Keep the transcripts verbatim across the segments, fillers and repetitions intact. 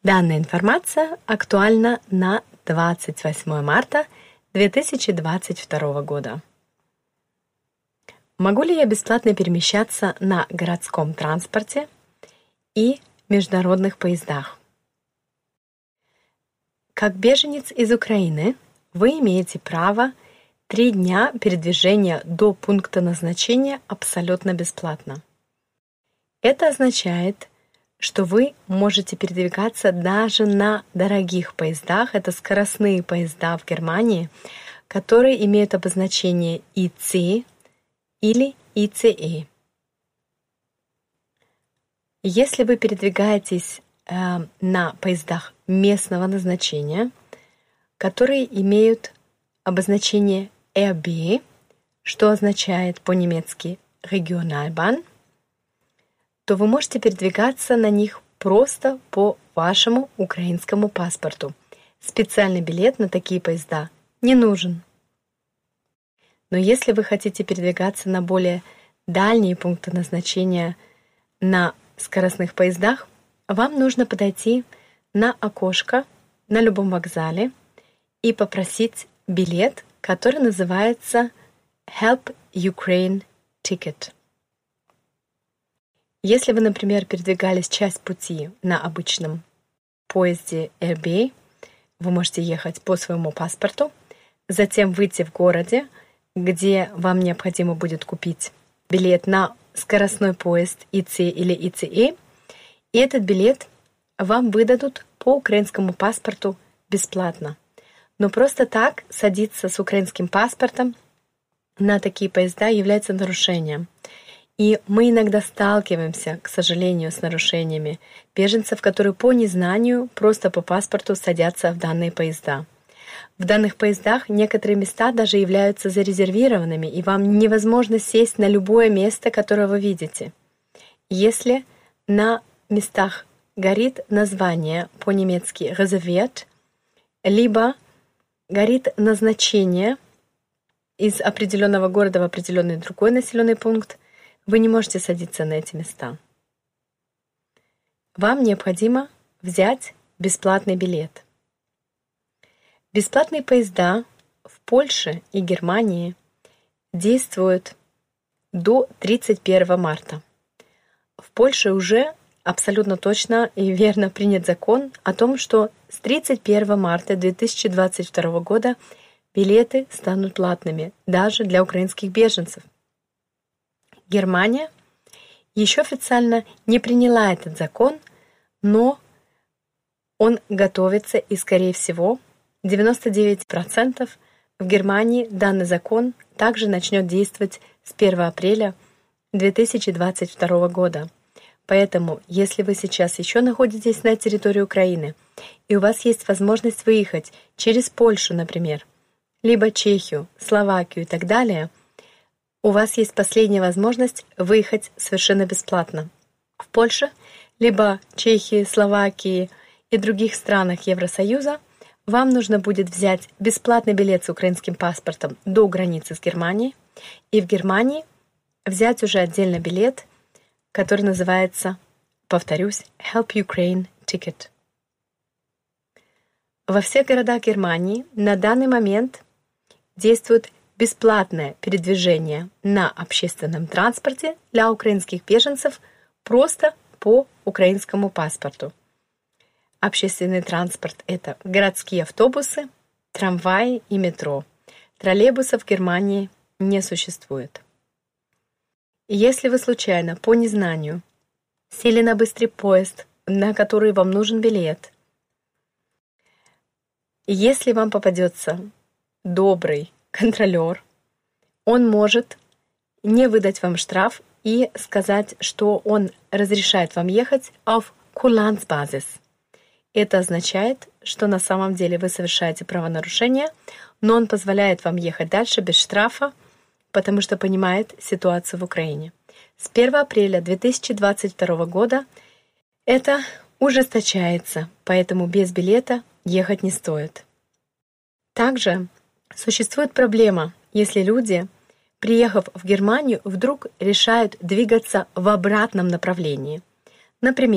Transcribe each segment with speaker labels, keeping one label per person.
Speaker 1: Данная информация актуальна на двадцать восьмое марта две тысячи двадцать второго года. Могу ли я бесплатно перемещаться на городском транспорте и международных поездах? Как беженец из Украины вы имеете право три дня передвижения до пункта назначения абсолютно бесплатно. Это означает, что вы можете передвигаться даже на дорогих поездах, это скоростные поезда в Германии, которые имеют обозначение и цэ или и цэ э. Если вы передвигаетесь э, на поездах местного назначения, которые имеют обозначение эр бэ, что означает по-немецки Regionalbahn, то вы можете передвигаться на них просто по вашему украинскому паспорту. Специальный билет на такие поезда не нужен. Но если вы хотите передвигаться на более дальние пункты назначения на скоростных поездах, вам нужно подойти на окошко на любом вокзале и попросить билет, который называется Help Ukraine Ticket. Если вы, например, передвигались часть пути на обычном поезде эр бэ, вы можете ехать по своему паспорту, затем выйти в городе, где вам необходимо будет купить билет на скоростной поезд и цэ или и цэ э, и этот билет вам выдадут по украинскому паспорту бесплатно. Но просто так садиться с украинским паспортом на такие поезда является нарушением. И мы иногда сталкиваемся, к сожалению, с нарушениями беженцев, которые по незнанию просто по паспорту садятся в данные поезда. В данных поездах некоторые места даже являются зарезервированными, и вам невозможно сесть на любое место, которое вы видите. Если на местах горит название по-немецки «reserviert», либо горит назначение из определенного города в определенный другой населенный пункт, вы не можете садиться на эти места. Вам необходимо взять бесплатный билет. Бесплатные поезда в Польше и Германии действуют до тридцать первого марта. В Польше уже абсолютно точно и верно принят закон о том, что с тридцать первого марта две тысячи двадцать второго года билеты станут платными даже для украинских беженцев. Германия еще официально не приняла этот закон, но он готовится, и, скорее всего, девяносто девять процентов в Германии данный закон также начнет действовать с первого апреля две тысячи двадцать второго года. Поэтому, если вы сейчас еще находитесь на территории Украины, и у вас есть возможность выехать через Польшу, например, либо Чехию, Словакию и так далее, у вас есть последняя возможность выехать совершенно бесплатно. В Польше, либо Чехии, Словакии и других странах Евросоюза вам нужно будет взять бесплатный билет с украинским паспортом до границы с Германией, и в Германии взять уже отдельно билет, который называется, повторюсь, Help Ukraine Ticket. Во всех городах Германии на данный момент действует бесплатное передвижение на общественном транспорте для украинских беженцев просто по украинскому паспорту. Общественный транспорт — это городские автобусы, трамваи и метро. Троллейбусов в Германии не существует. И если вы случайно, по незнанию, сели на быстрый поезд, на который вам нужен билет, если вам попадется добрый контролер, он может не выдать вам штраф и сказать, что он разрешает вам ехать auf Kulanzbasis. Это означает, что на самом деле вы совершаете правонарушение, но он позволяет вам ехать дальше без штрафа, потому что понимает ситуацию в Украине. С первого апреля две тысячи двадцать второго года это ужесточается, поэтому без билета ехать не стоит. Также существует проблема, если люди, приехав в Германию, вдруг решают двигаться в обратном направлении. Например,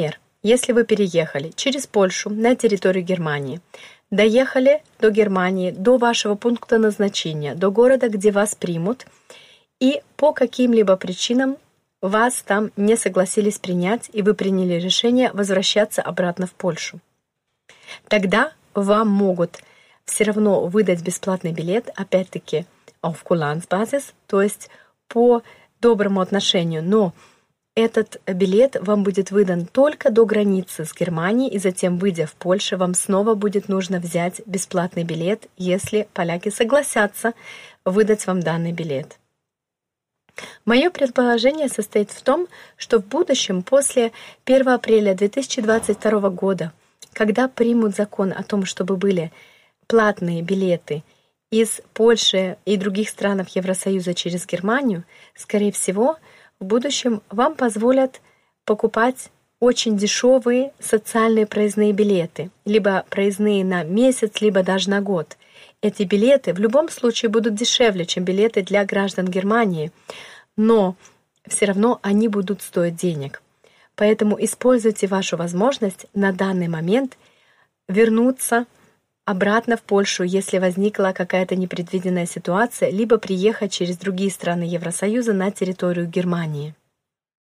Speaker 1: если вы переехали через Польшу на территорию Германии, доехали до Германии, до вашего пункта назначения, до города, где вас примут, и по каким-либо причинам вас там не согласились принять, и вы приняли решение возвращаться обратно в Польшу, тогда вам могут все равно выдать бесплатный билет, опять-таки, auf Kulanzbasis, то есть по доброму отношению, но этот билет вам будет выдан только до границы с Германией, и затем, выйдя в Польшу, вам снова будет нужно взять бесплатный билет, если поляки согласятся выдать вам данный билет. Мое предположение состоит в том, что в будущем, после первого апреля две тысячи двадцать второго года, когда примут закон о том, чтобы были платные билеты из Польши и других стран Евросоюза через Германию, скорее всего, в будущем вам позволят покупать очень дешевые социальные проездные билеты, либо проездные на месяц, либо даже на год. Эти билеты в любом случае будут дешевле, чем билеты для граждан Германии, но все равно они будут стоить денег. Поэтому используйте вашу возможность на данный момент вернуться обратно в Польшу, если возникла какая-то непредвиденная ситуация, либо приехать через другие страны Евросоюза на территорию Германии.